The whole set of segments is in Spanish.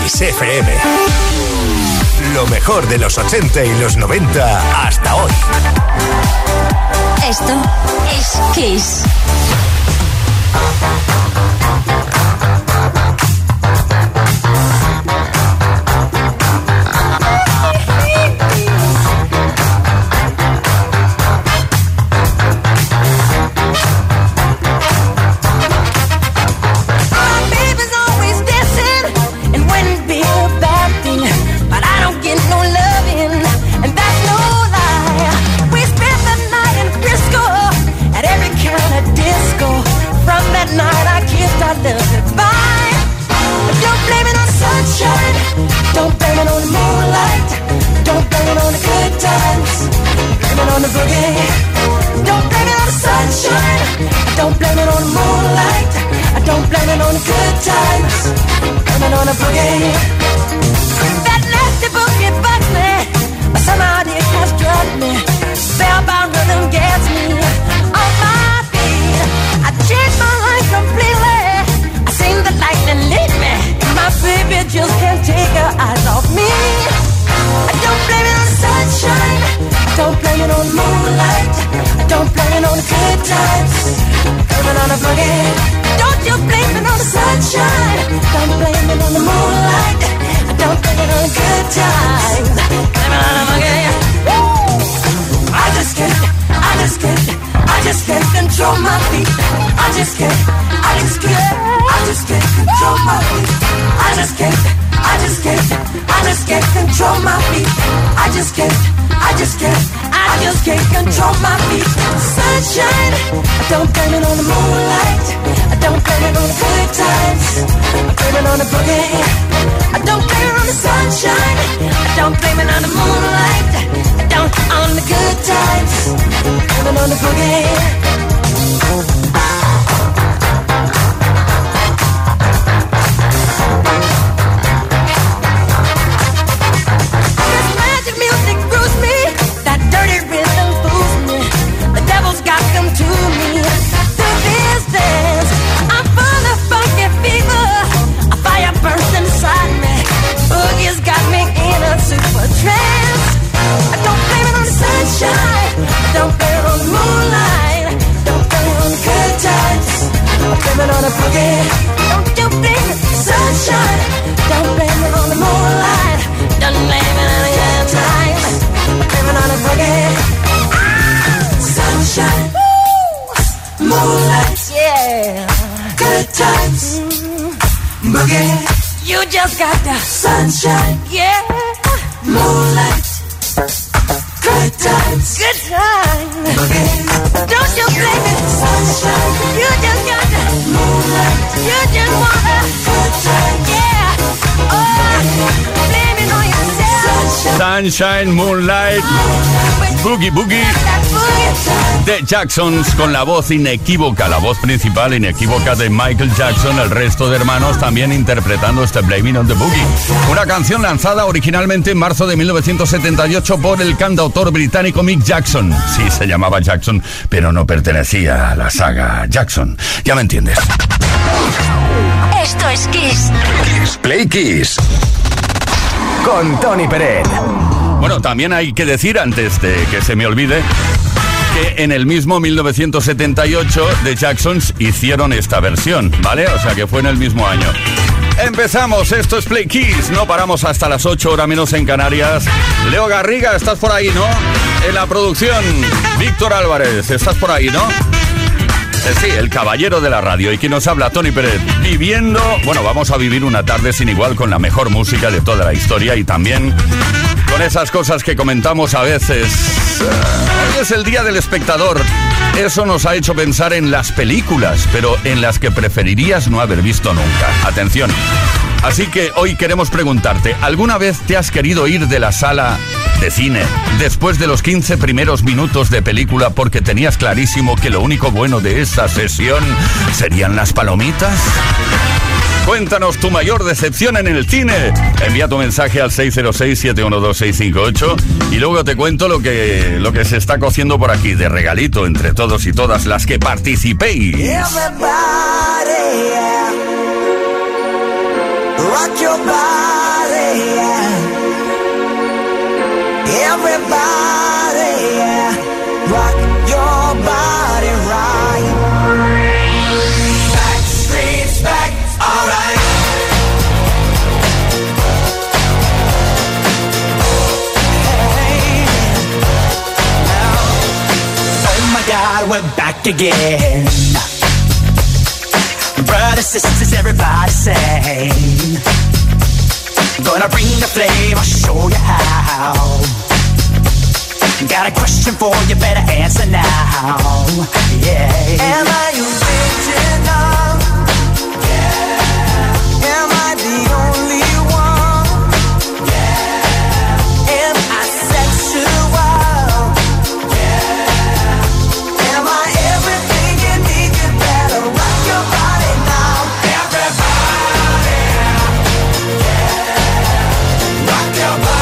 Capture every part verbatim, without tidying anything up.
Kiss F M. Lo mejor de los ochenta y los noventa hasta hoy. Esto es Kiss. Sunshine, Moonlight, Boogie Boogie, The Jacksons, con la voz inequívoca, la voz principal inequívoca de Michael Jackson, el resto de hermanos también interpretando este Blaming on the Boogie, una canción lanzada originalmente en marzo de mil novecientos setenta y ocho por el cantautor británico Mick Jackson. Sí, se llamaba Jackson, pero no pertenecía a la saga Jackson. Ya me entiendes. Esto es Kiss. Kiss Play Kiss con Tony Peret. Bueno, también hay que decir, antes de que se me olvide, que en el mismo mil novecientos setenta y ocho The Jacksons hicieron esta versión, ¿vale? O sea que fue en el mismo año. Empezamos, esto es Play Kiss, no paramos hasta las ocho, hora menos en Canarias. Leo Garriga, estás por ahí, ¿no? En la producción, Víctor Álvarez, estás por ahí, ¿no? Sí, el caballero de la radio. Y quien nos habla, Tony Peret, viviendo, bueno, vamos a vivir una tarde sin igual con la mejor música de toda la historia y también con esas cosas que comentamos a veces. Hoy es el día del espectador. Eso nos ha hecho pensar en las películas, pero en las que preferirías no haber visto nunca. Atención. Así que hoy queremos preguntarte, ¿alguna vez te has querido ir de la sala de cine después de los quince primeros minutos de película porque tenías clarísimo que lo único bueno de esa sesión serían las palomitas? Cuéntanos tu mayor decepción en el cine. Envía tu mensaje al seis cero seis, siete uno dos, seis cinco ocho y luego te cuento lo que, lo que se está cociendo por aquí de regalito entre todos y todas las que participéis. Everybody, yeah. Rock your body. Everybody, yeah, rock your body right. Back streets back, alright. Hey, now, oh my God, we're back again. Brothers, sisters, everybody sing. Gonna bring the flame, I'll show you how. Got a question for you, better answer now. Yeah. Am I original? Yeah. Am I the only one? Yeah. Am I sexual? Yeah. Am I everything you need? You better rock your body now. Everybody, yeah. Rock your body.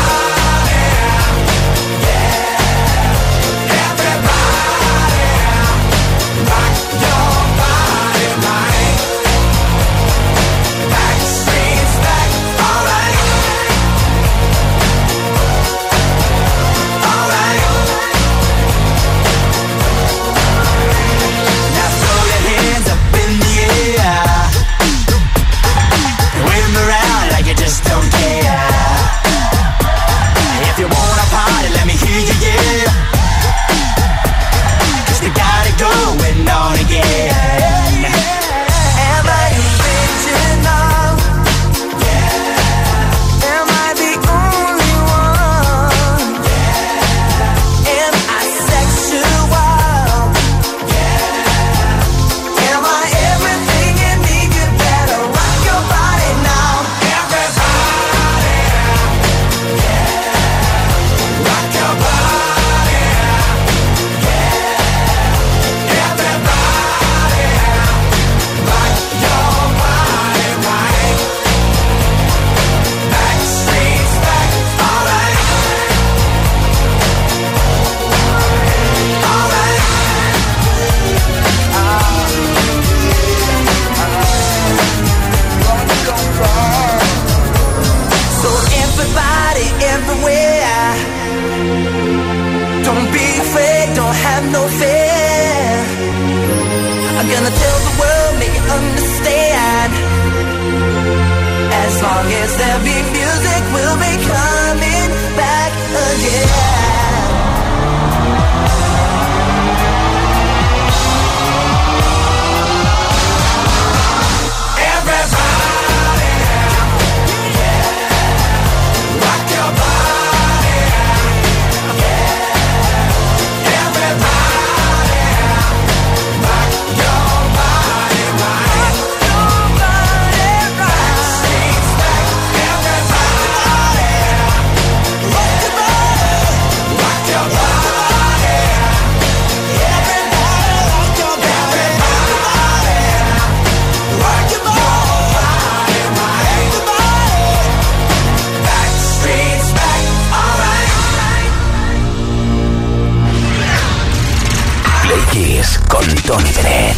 Con Tony Bennett.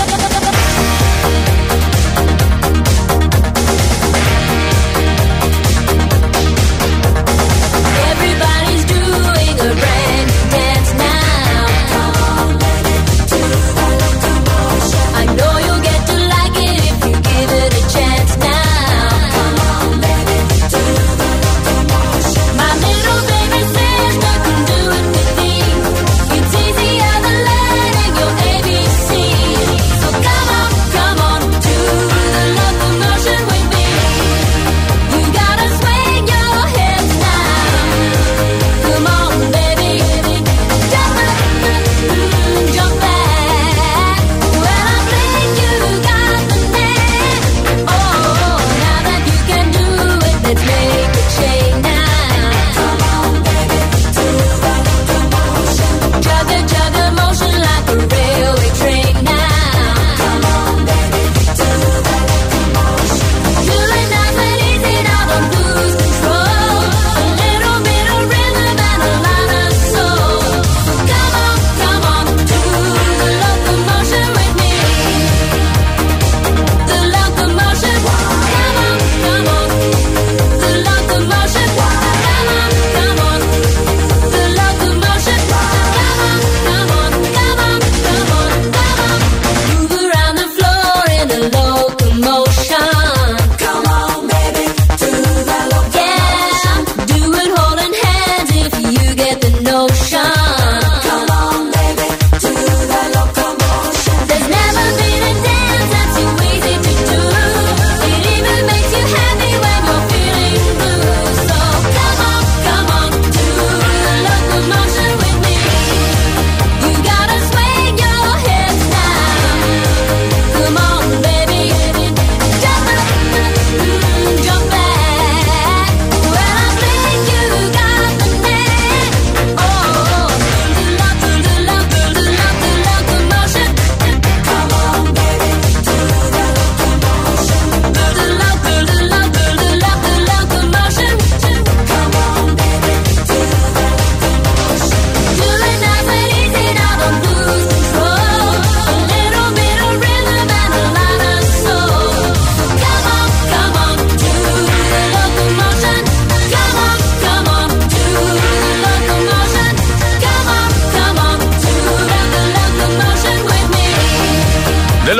Everybody's doing a brand new dance now. I know you'll get to like it if you give it a chance now. My little baby says nothing do it with me. It's easier than learning your A B C.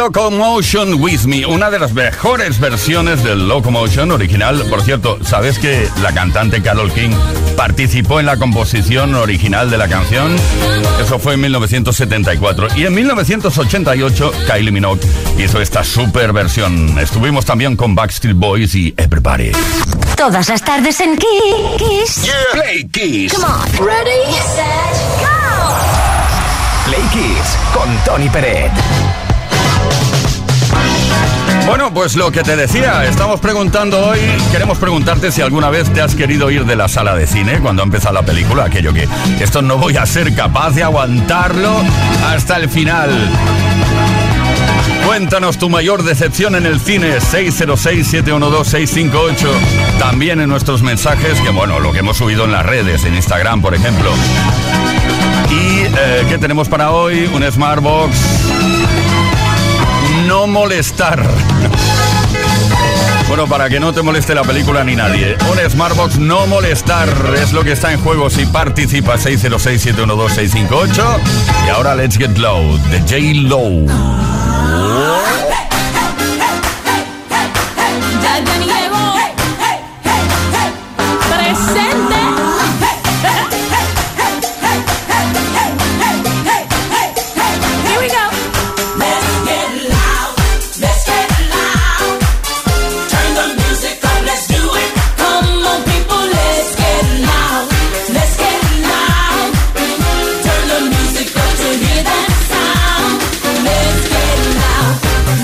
Locomotion With Me, una de las mejores versiones del Locomotion original. Por cierto, ¿sabes que la cantante Carole King participó en la composición original de la canción? Eso fue en mil novecientos setenta y cuatro. Y en mil novecientos ochenta y ocho, Kylie Minogue hizo esta super versión. Estuvimos también con Backstreet Boys y Everybody. Todas las tardes en Kiss. Yeah. Play Kiss. Come on. Ready, set, go. Play Kiss con Tony Peret. Bueno, pues lo que te decía, estamos preguntando hoy, queremos preguntarte si alguna vez te has querido ir de la sala de cine cuando ha empezado la película, aquello que esto no voy a ser capaz de aguantarlo hasta el final. Cuéntanos tu mayor decepción en el cine, seis cero seis, siete uno dos, seis cinco ocho. También en nuestros mensajes, que bueno, lo que hemos subido en las redes, en Instagram, por ejemplo. Y, eh, ¿qué tenemos para hoy? Un Smartbox. No molestar. Bueno, para que no te moleste la película ni nadie. Un Smartbox no molestar es lo que está en juego si participas. Seis cero seis, siete uno dos, seis cinco ocho. Y ahora Let's Get Low de J-Lo. Ya llegó presente. Here we go. Let's get loud, let's get loud. Turn the music up, let's do it. Come on people, let's get loud, let's get loud. Turn the music up to hear that sound. Let's get loud.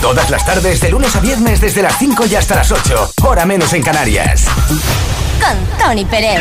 Todas las tardes, de lunes a viernes, desde las cinco y hasta las ocho. Hora menos en Canarias. Con Tony Pérez.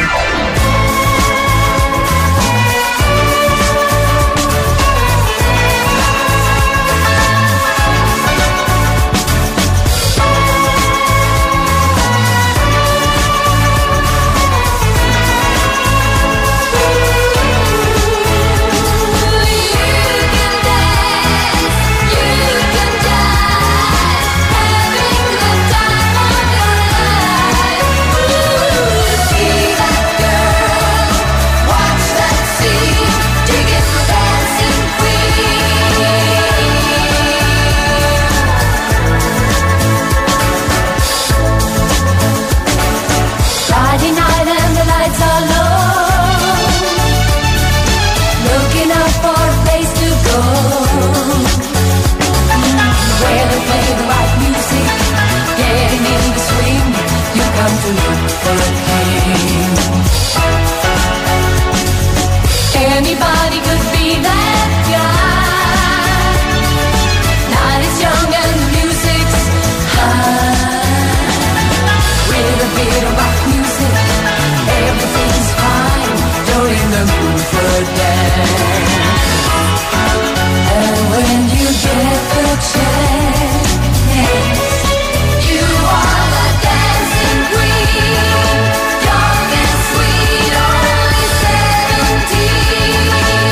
Anybody could be that guy. Night is young and the music's high. With a bit of rock music, everything's fine. You're in the mood for a dance. And when you get the chance, you are the dancing queen. Young and sweet, only seventeen.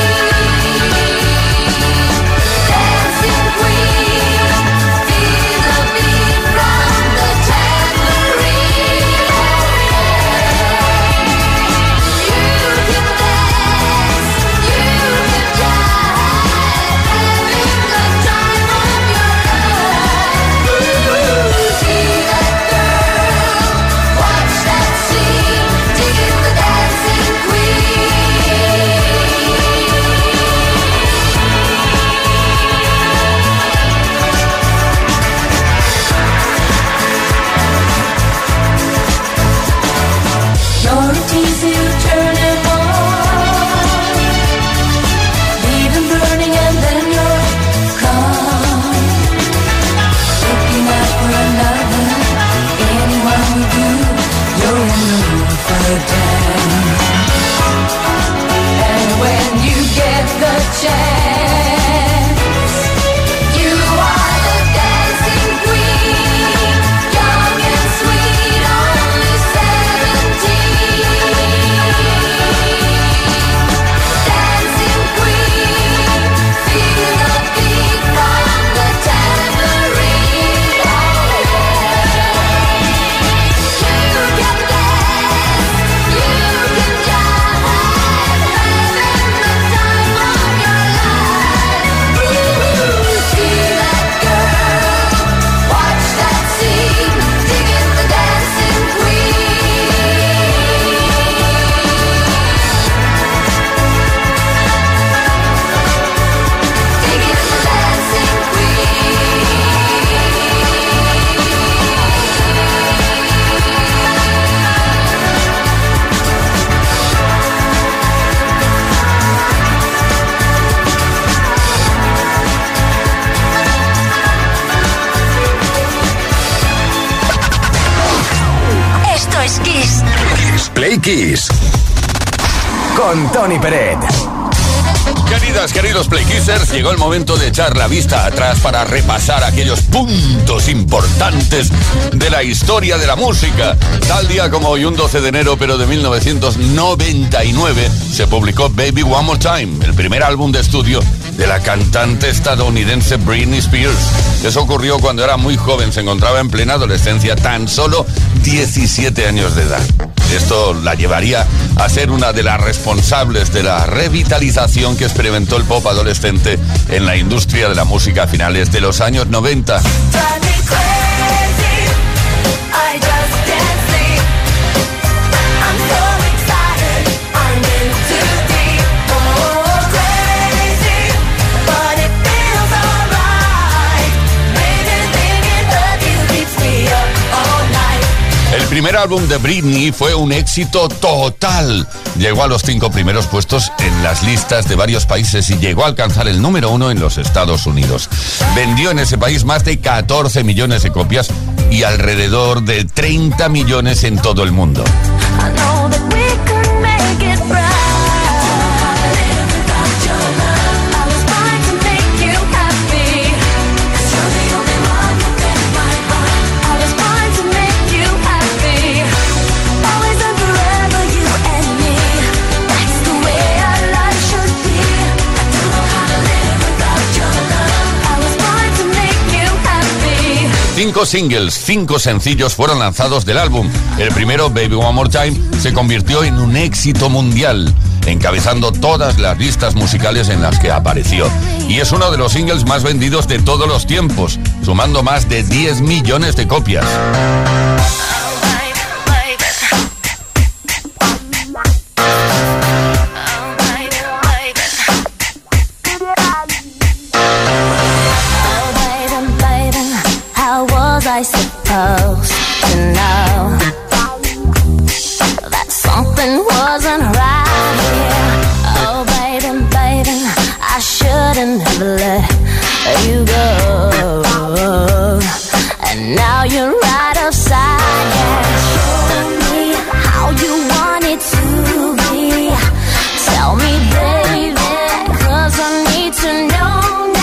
Dancing queen, feel the beat from the tambourine. You can dance, you can jive, having the time of your life. Ooh, see that girl, watch that scene, digging the dancing queen. You're a tease, you turn him on, leave him burning and then you're gone. Looking out for another, anyone will do. You're in the mood for a dance. And when you get the chance, you are the dancing queen. Young and sweet, only seventeen. Dancing queen, feel the beat from the tambourine. You can dance, you can jive, having the time of your life. Ooh, see that girl, watch that scene, digging the dancing queen. Digging the dancing queen. Esto es Kiss. Kiss Play Kiss. Con Tony Pérez. Queridas, queridos Playkissers, llegó el momento de echar la vista atrás para repasar aquellos puntos importantes de la historia de la música. Tal día como hoy, un doce de enero, pero de mil novecientos noventa y nueve, se publicó Baby One More Time, el primer álbum de estudio de la cantante estadounidense Britney Spears. Eso ocurrió cuando era muy joven, se encontraba en plena adolescencia, tan solo diecisiete años de edad. Esto la llevaría a ser una de las responsables de la revitalización que experimentó el pop adolescente en la industria de la música a finales de los años noventa. Drive me crazy, I just can't sleep. I'm so excited, I'm in too deep. Oh, crazy, but it feels alright. Maybe thinking of you keeps me up all night. El primer primer álbum de Britney fue un éxito total. Llegó a los cinco primeros puestos en las listas de varios países y llegó a alcanzar el número uno en los Estados Unidos. Vendió en ese país más de catorce millones de copias y alrededor de treinta millones en todo el mundo. Cinco singles, cinco sencillos fueron lanzados del álbum. El primero, Baby One More Time, se convirtió en un éxito mundial, encabezando todas las listas musicales en las que apareció. Y es uno de los singles más vendidos de todos los tiempos, sumando más de diez millones de copias. I supposed to know that something wasn't right here. Oh, baby, baby, I shouldn't have let you go. And now you're right upside down. Show me how you want it to be. Tell me, baby, 'cause I need to know.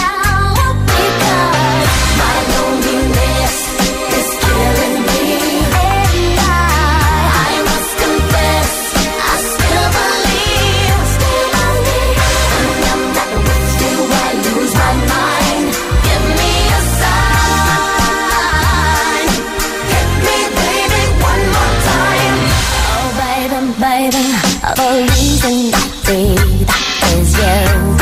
The reason I breathe is you.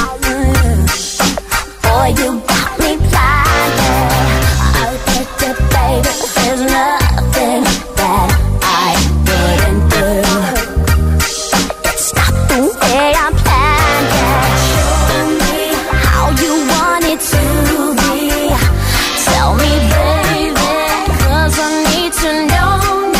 Boy, you got me blinded. I'll get you, baby. There's nothing that I wouldn't do. It's not the way I planned it. Show me how you want it to be. Tell me, baby, 'cause I need to know.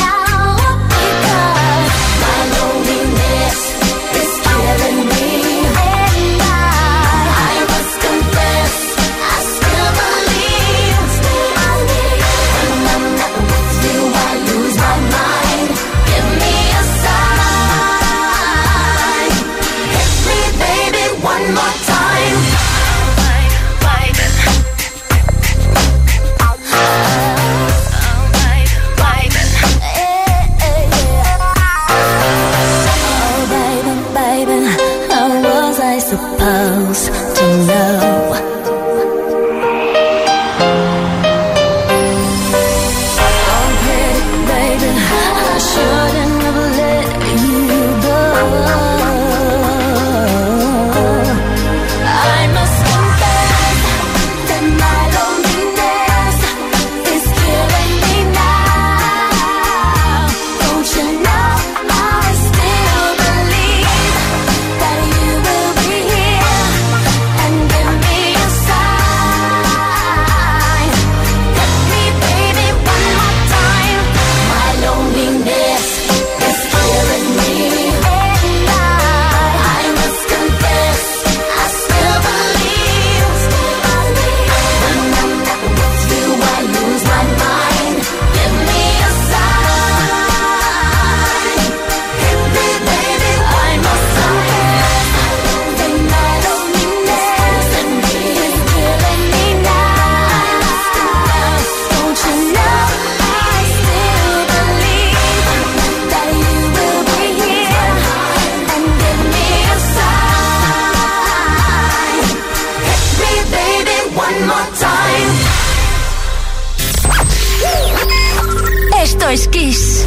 Esto es Kiss.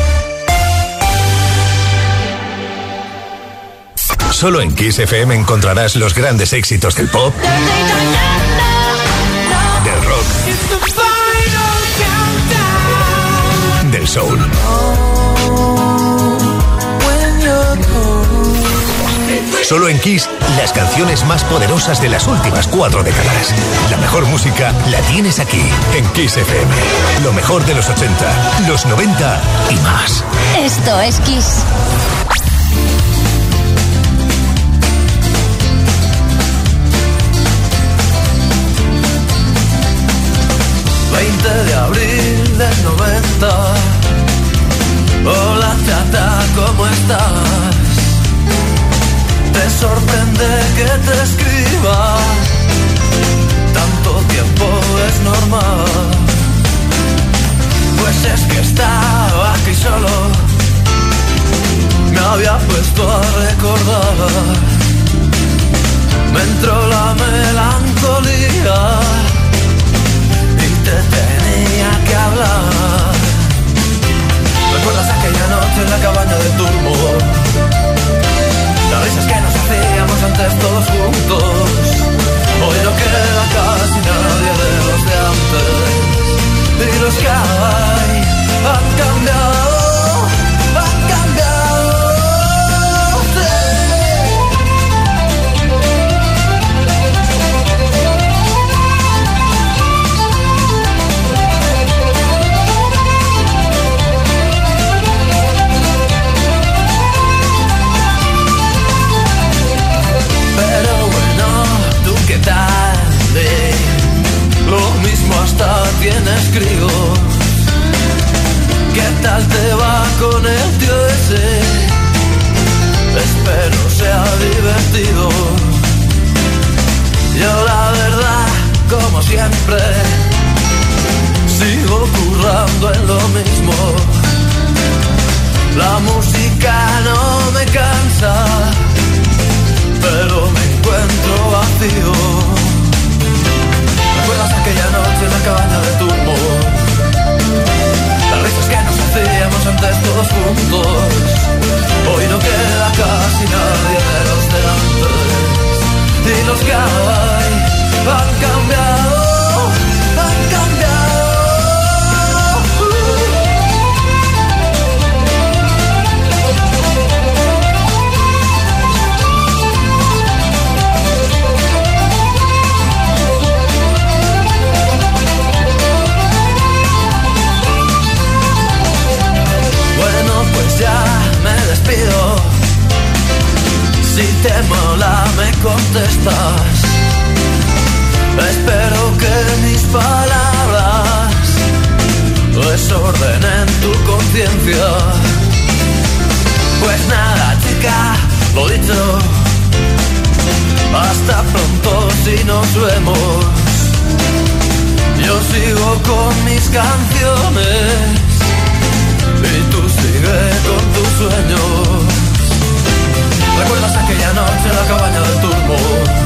Solo en Kiss F M encontrarás los grandes éxitos del pop, del rock, del soul, Solo en Kiss, las canciones más poderosas de las últimas cuatro décadas. La mejor música la tienes aquí, en Kiss F M. Lo mejor de los ochenta, los noventa y más. Esto es Kiss. veinte de abril del noventa. Hola chata, ¿cómo estás? Te sorprende que te escriba. Tanto tiempo es normal. Pues es que estaba aquí solo. Me había puesto a recordar. Me entró la melancolía y te tenía que hablar. ¿Recuerdas aquella noche en la cabaña de Turbo? Las risas que nos hacíamos antes todos juntos. Hoy no queda casi nadie de los de antes. Y los que hay han cambiado, han cambiado. Pero bueno, ¿tú qué tal? Eh, lo mismo hasta tienes críos. ¿Qué tal te va con el tío ese? Espero sea divertido. Yo la verdad, como siempre, sigo currando en lo mismo. La música no me cansa, pero me encuentro vacío. ¿Recuerdas aquella noche en la cabaña de Turbo? Las risas que nos hacíamos antes todos juntos. Hoy no queda casi nadie de los de antes. Y los que hay han cambiado, han cambiado. Pues ya me despido. Si te mola me contestas. Espero que mis palabras desordenen tu conciencia. Pues nada chica, lo dicho. Hasta pronto si nos vemos. Yo sigo con mis canciones y tú sigue con tus sueños. ¿Recuerdas aquella noche en la cabaña del Turbo?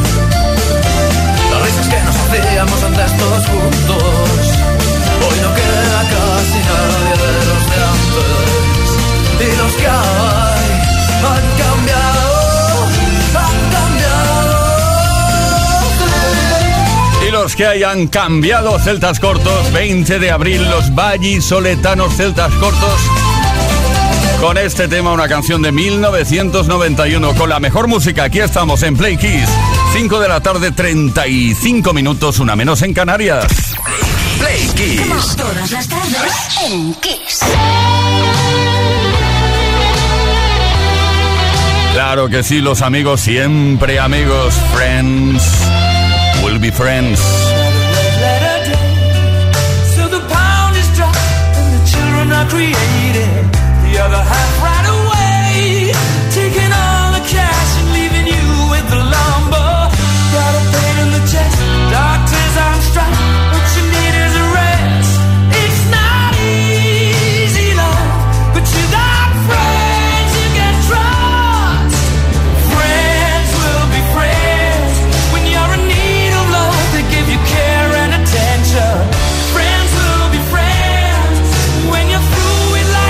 Las risas que nos hacíamos antes todos juntos. Hoy no queda casi nadie de los de antes. Y los que hay han cambiado, han cambiado. Y los que hayan cambiado, Celtas Cortos, veinte de abril, los vallisoletanos Celtas Cortos, con este tema, una canción de mil novecientos noventa y uno, con la mejor música. Aquí estamos en Play Kiss, cinco de la tarde, treinta y cinco minutos, una menos en Canarias. Play Kiss. Todas las tardes en Kiss. Claro que sí, los amigos, siempre amigos. Friends will be friends. So the pound is dropped and the children are created. The other half right away, taking all the cash and leaving you with the lumber. Got a pain in the chest, doctors on strike. What you need is a rest. It's not easy, love, but you got friends you can trust. Friends will be friends when you're in need of love. They give you care and attention. Friends will be friends when you're through with life.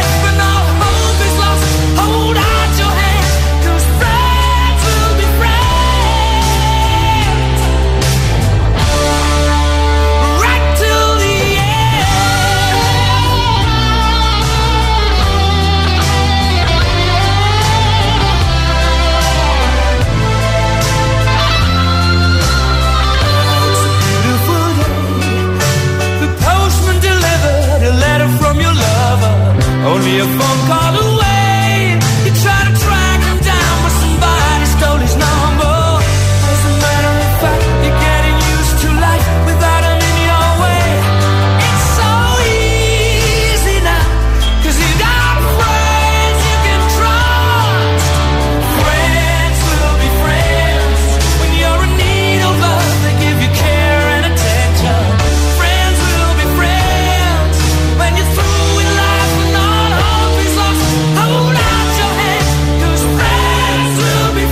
a phone call away. You try to track him down, but somebody stole his number. As a matter of fact, you're getting used to life without him in your way. It's so easy now, 'cause you got friends you can trust. Friends will be friends when you're in need of love. They give you care and attention. Friends will be friends when you're through with life and all hope is lost. Hold out your hand, 'cause friends will be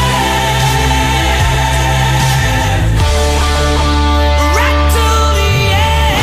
friends right till the end.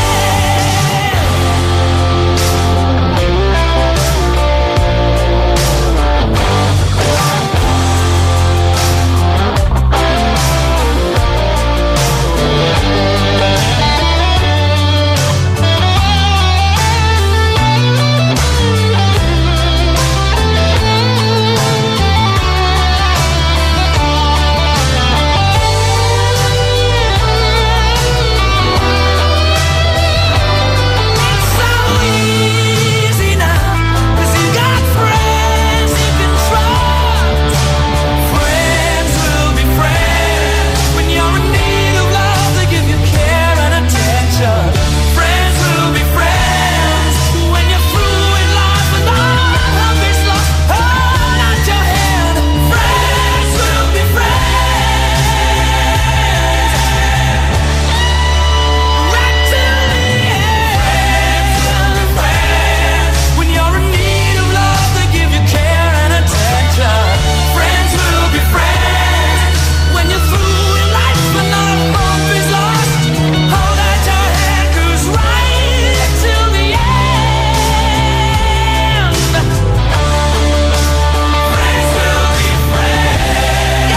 It's so easy now, 'cause you got friends you can trust. Friends will be friends when you're in need of love. They give you care and attention. Friends will be friends when you're through with life and all hope is lost. Hold out your hand. Friends will be friends right till the end. Friends when you're in need of love, they give you care and attention. Friends will be friends when you're through with life and all hope is lost. Hold out your hand, 'cause right till the end, friends will be friends.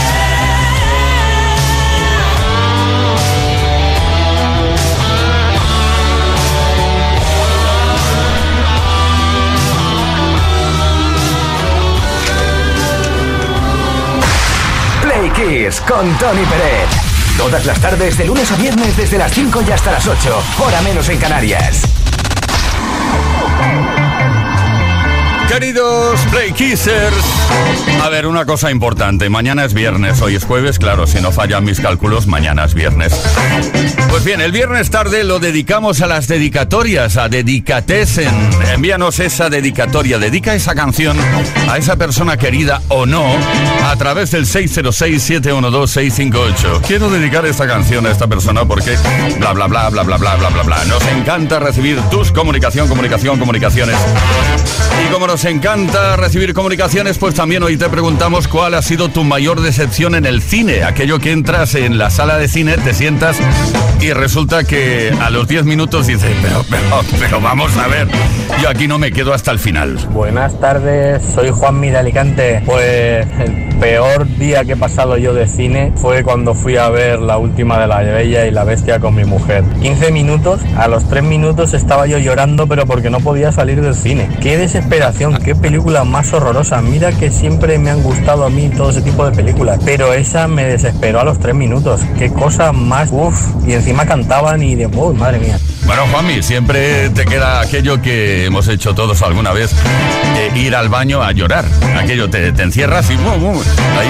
Play Kiss con Tony Pérez. Todas las tardes, de lunes a viernes, desde las cinco y hasta las ocho. Hora menos en Canarias. Queridos Play Kissers, a ver, una cosa importante. Mañana es viernes, hoy es jueves, claro, si no fallan mis cálculos, mañana es viernes. Pues bien, el viernes tarde lo dedicamos a las dedicatorias, a Dedicatesen. Envíanos esa dedicatoria, dedica esa canción a esa persona querida o no, a través del seis cero seis, siete uno dos, seis cinco ocho. Quiero dedicar esta canción a esta persona porque bla bla bla bla bla bla bla bla bla. Nos encanta recibir tus comunicación, comunicación, comunicaciones. Y como nos encanta recibir comunicaciones, pues también hoy te preguntamos cuál ha sido tu mayor decepción en el cine. Aquello que entras en la sala de cine, te sientas y resulta que a los diez minutos dices, pero, pero, pero vamos a ver, yo aquí no me quedo hasta el final. Buenas tardes, soy Juanmi de Alicante. Pues el peor día que he pasado yo de cine fue cuando fui a ver la última de La Bella y la Bestia con mi mujer. quince minutos, a los tres minutos estaba yo llorando, pero porque no podía salir del cine. ¡Qué desesperación! ¡Qué película más horrorosa! Mira que siempre me han gustado a mí todo ese tipo de películas, pero esa me desesperó a los tres minutos. ¡Qué cosa más! ¡Uf! Y encima cantaban y de... ¡Uy, madre mía! Bueno, Juanmi, siempre te queda aquello que hemos hecho todos alguna vez, eh, ir al baño a llorar. Aquello te, te encierras y uh, uh, ahí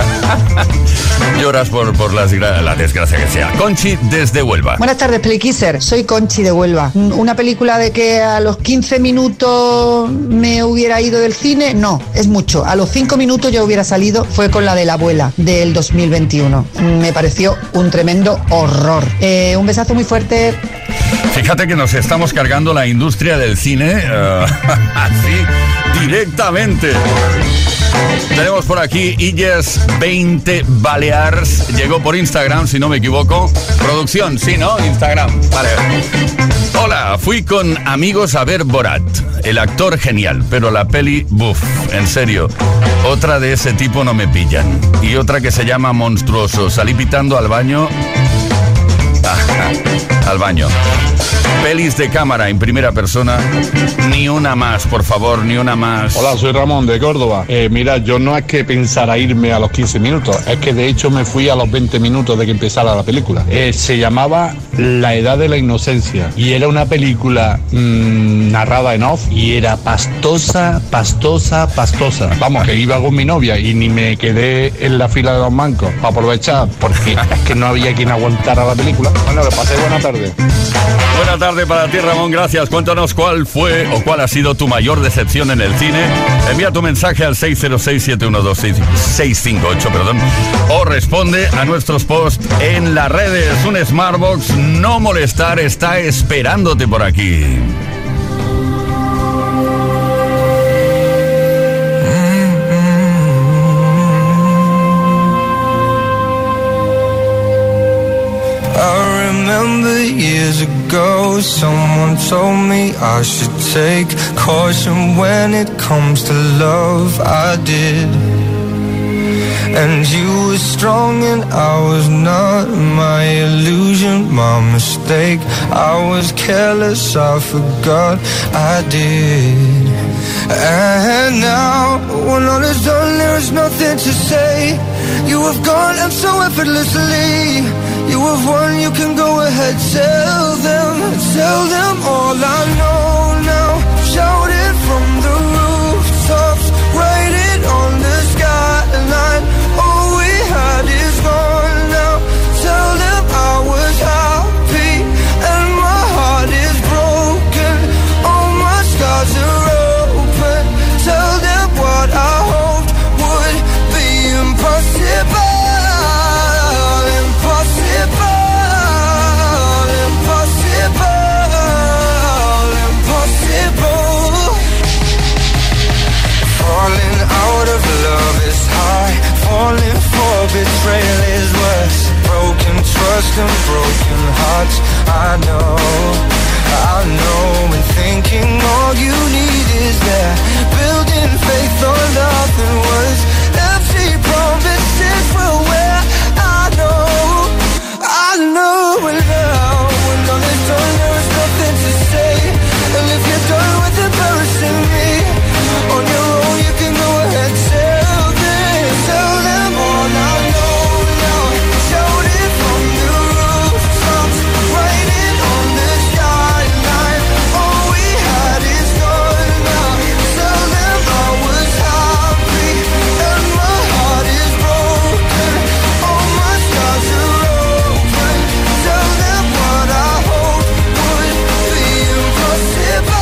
lloras por, por las, la desgracia que sea. Conchi desde Huelva. Buenas tardes, Playkisser. Soy Conchi de Huelva. Una película de que a los quince minutos me hubiera ido del cine, no, es mucho. A los cinco minutos ya hubiera salido, fue con la de La Abuela del dos mil veintiuno. Me pareció un tremendo horror. Eh, un besazo muy fuerte. Fíjate que nos estamos cargando la industria del cine uh, así directamente. Tenemos por aquí Illes veinte Balears. Llegó por Instagram, si no me equivoco. Producción, sí, ¿no? Instagram. Vale. Hola, fui con amigos a ver Borat. El actor genial, pero la peli, buf, en serio. Otra de ese tipo no me pillan. Y otra que se llama Monstruoso. Salí pitando al baño al baño. Pelis de cámara en primera persona, ni una más, por favor, ni una más. Hola, soy Ramón de Córdoba. Eh, mira, yo no es que pensara irme a los quince minutos, es que de hecho me fui a los veinte minutos de que empezara la película. Eh, se llamaba La Edad de la Inocencia y era una película mmm, narrada en off y era pastosa, pastosa, pastosa. Vamos, que iba con mi novia y ni me quedé en la fila de los bancos para aprovechar porque es que no había quien aguantara la película. Bueno, le pasé buena tarde. Buena tarde para ti, Ramón, gracias. Cuéntanos cuál fue o cuál ha sido tu mayor decepción en el cine. Envía tu mensaje al seis cero seis, siete uno dos, seis cinco ocho, perdón, o responde a nuestros posts en las redes. Un Smartbox no molestar está esperándote por aquí. Remember years ago, someone told me I should take caution when it comes to love. I did. And you were strong and I was not. My illusion, my mistake. I was careless, I forgot I did. And now, when all is done, there is nothing to say. You have gone and so effortlessly. You have won, you can go ahead, tell them, tell them all I know now. Shout it from the rooftops, write it on the skyline. All we had is gone now. Tell them I was happy and my heart is broken. All my scars are open. Tell them what I hoped would be impossible. Falling out of love is high. Falling for betrayal is worse. Broken trust and broken hearts. I know, I know. And thinking all you need is that. Building faith on nothing was. Empty promises will wear. I know, I know. And now when all is done, there is nothing to say. And if you're done with embarrassing me on your own, you can go ahead, tell them, tell them all I know now. Shout it from the rooftops, write it on the skyline. All we had is gone now. Tell them I was happy and my heart is broken. All my scars are open. Tell them what I hoped would be impossible.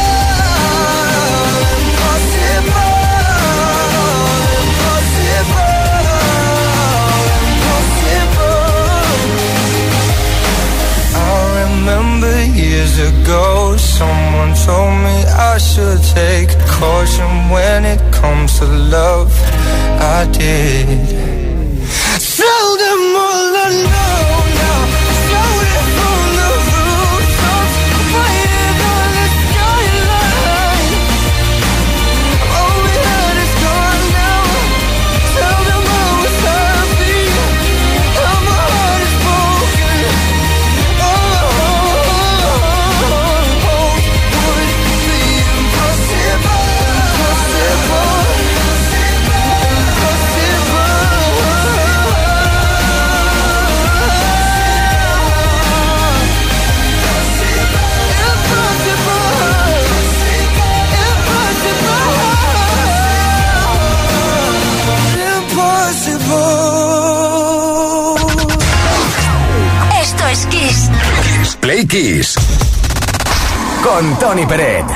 Remember years ago, someone told me I should take caution when it comes to love. I did. Tell them all I know now. Shout it from the rooftops, write it on the skyline. All we had is gone now. Tell them I was happy and my heart is broken. Esto es Kiss. Play Kiss con Tony Peret.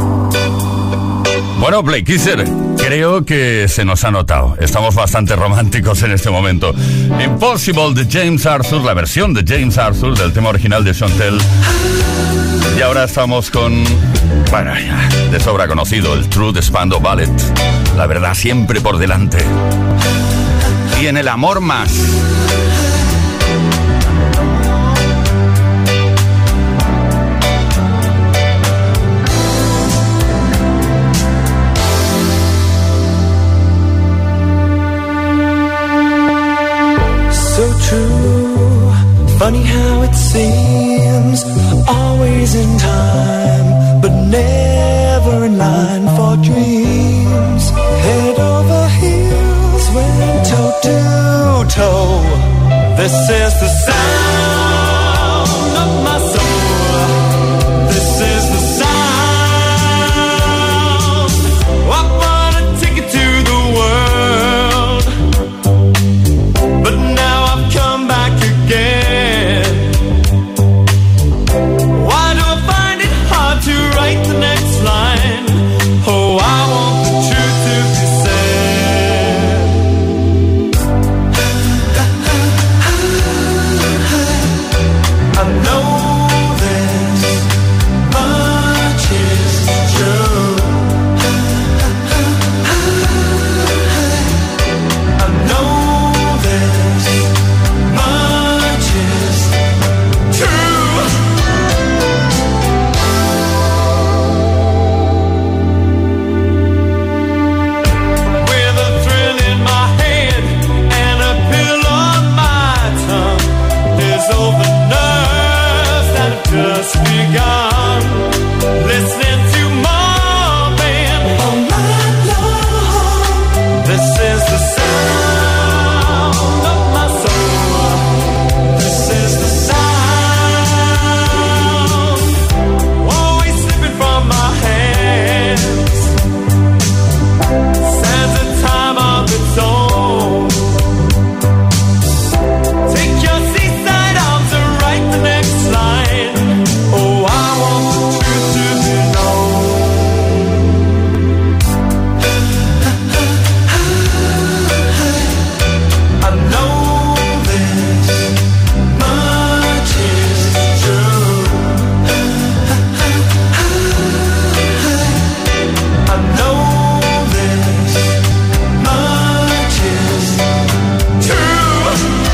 Bueno, Play Kisser, creo que se nos ha notado. Estamos bastante románticos en este momento. Impossible de James Arthur, la versión de James Arthur del tema original de Chantel. Y ahora estamos con, bueno, ya, de sobra conocido, el True de Spandau Ballet. La verdad siempre por delante. Y en el amor más. So true, funny how it's seems always in time, but never in line for dreams. Head over heels, went toe to toe. This is the sound of my soul. This is the sound. I wanna take it to the world, but now I've come back again. Why do I find it hard to write the next line? Oh, I want the truth to be said. I know this much is true. I know this much is true. With a thrill in my head and a pill on my tongue, there's all the nerves that have just begun. Listening to Marvin all night long. This is the sound of my soul. This is the sound, always slipping from my hands. Stands a time of its own. Take your seaside arms and write the next line. Oh, I want the truth to be known. I know this much is true. I know this much is true.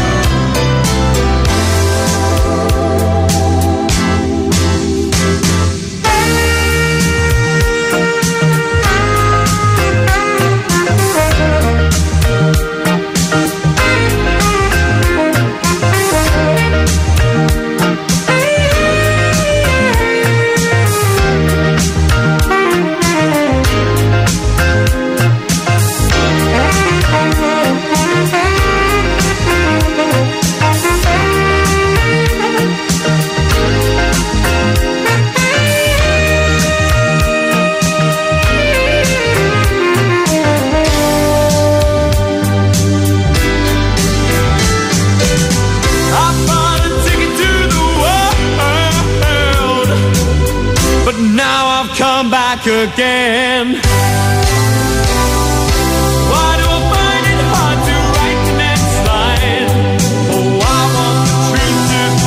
I bought a ticket to the world, but now I've come back again. Why do I find it hard to write the next line? Oh, I want the truth to be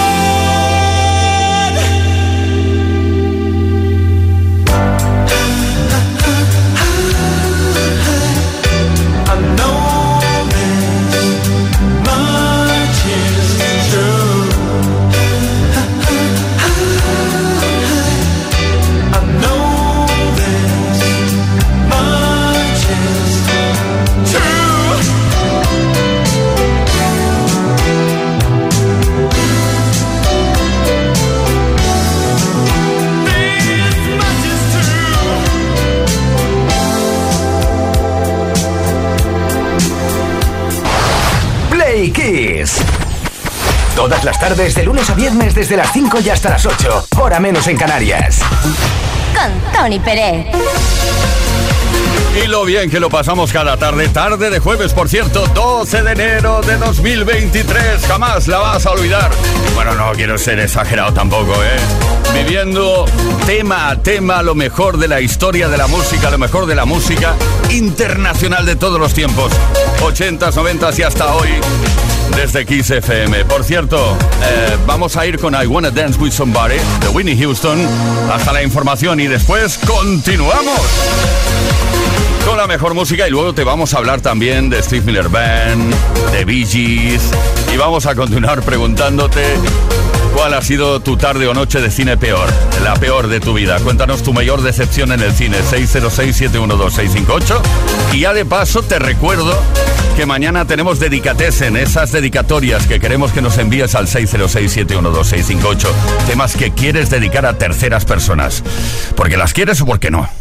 said. I know this much is true. I know this much is true. This much is true. Play Kiss. Todas las tardes, de lunes a viernes, desde las cinco y hasta las ocho. Hora menos en Canarias. Con Tony Pérez. Y lo bien que lo pasamos cada tarde, tarde de jueves, por cierto, doce de enero de dos mil veintitrés, jamás la vas a olvidar. Bueno, no quiero ser exagerado tampoco, ¿eh? Viviendo tema a tema lo mejor de la historia de la música, lo mejor de la música internacional de todos los tiempos, ochentas, noventas y hasta hoy, desde Kiss F M. Por cierto, eh, vamos a ir con I Wanna Dance With Somebody de Whitney Houston hasta la información y después continuamos con la mejor música y luego te vamos a hablar también de Steve Miller Band, de Bee Gees y vamos a continuar preguntándote ¿Cuál ha sido tu tarde o noche de cine peor? La peor de tu vida. Cuéntanos tu mayor decepción en el cine. seis cero seis, siete uno dos, seis cinco ocho. Y ya de paso te recuerdo que mañana tenemos Dedicatessen, esas dedicatorias que queremos que nos envíes al seis cero seis, siete uno dos, seis cinco ocho. Temas que quieres dedicar a terceras personas. ¿Porque las quieres o porque no?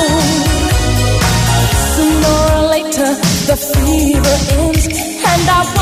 The fever ends and I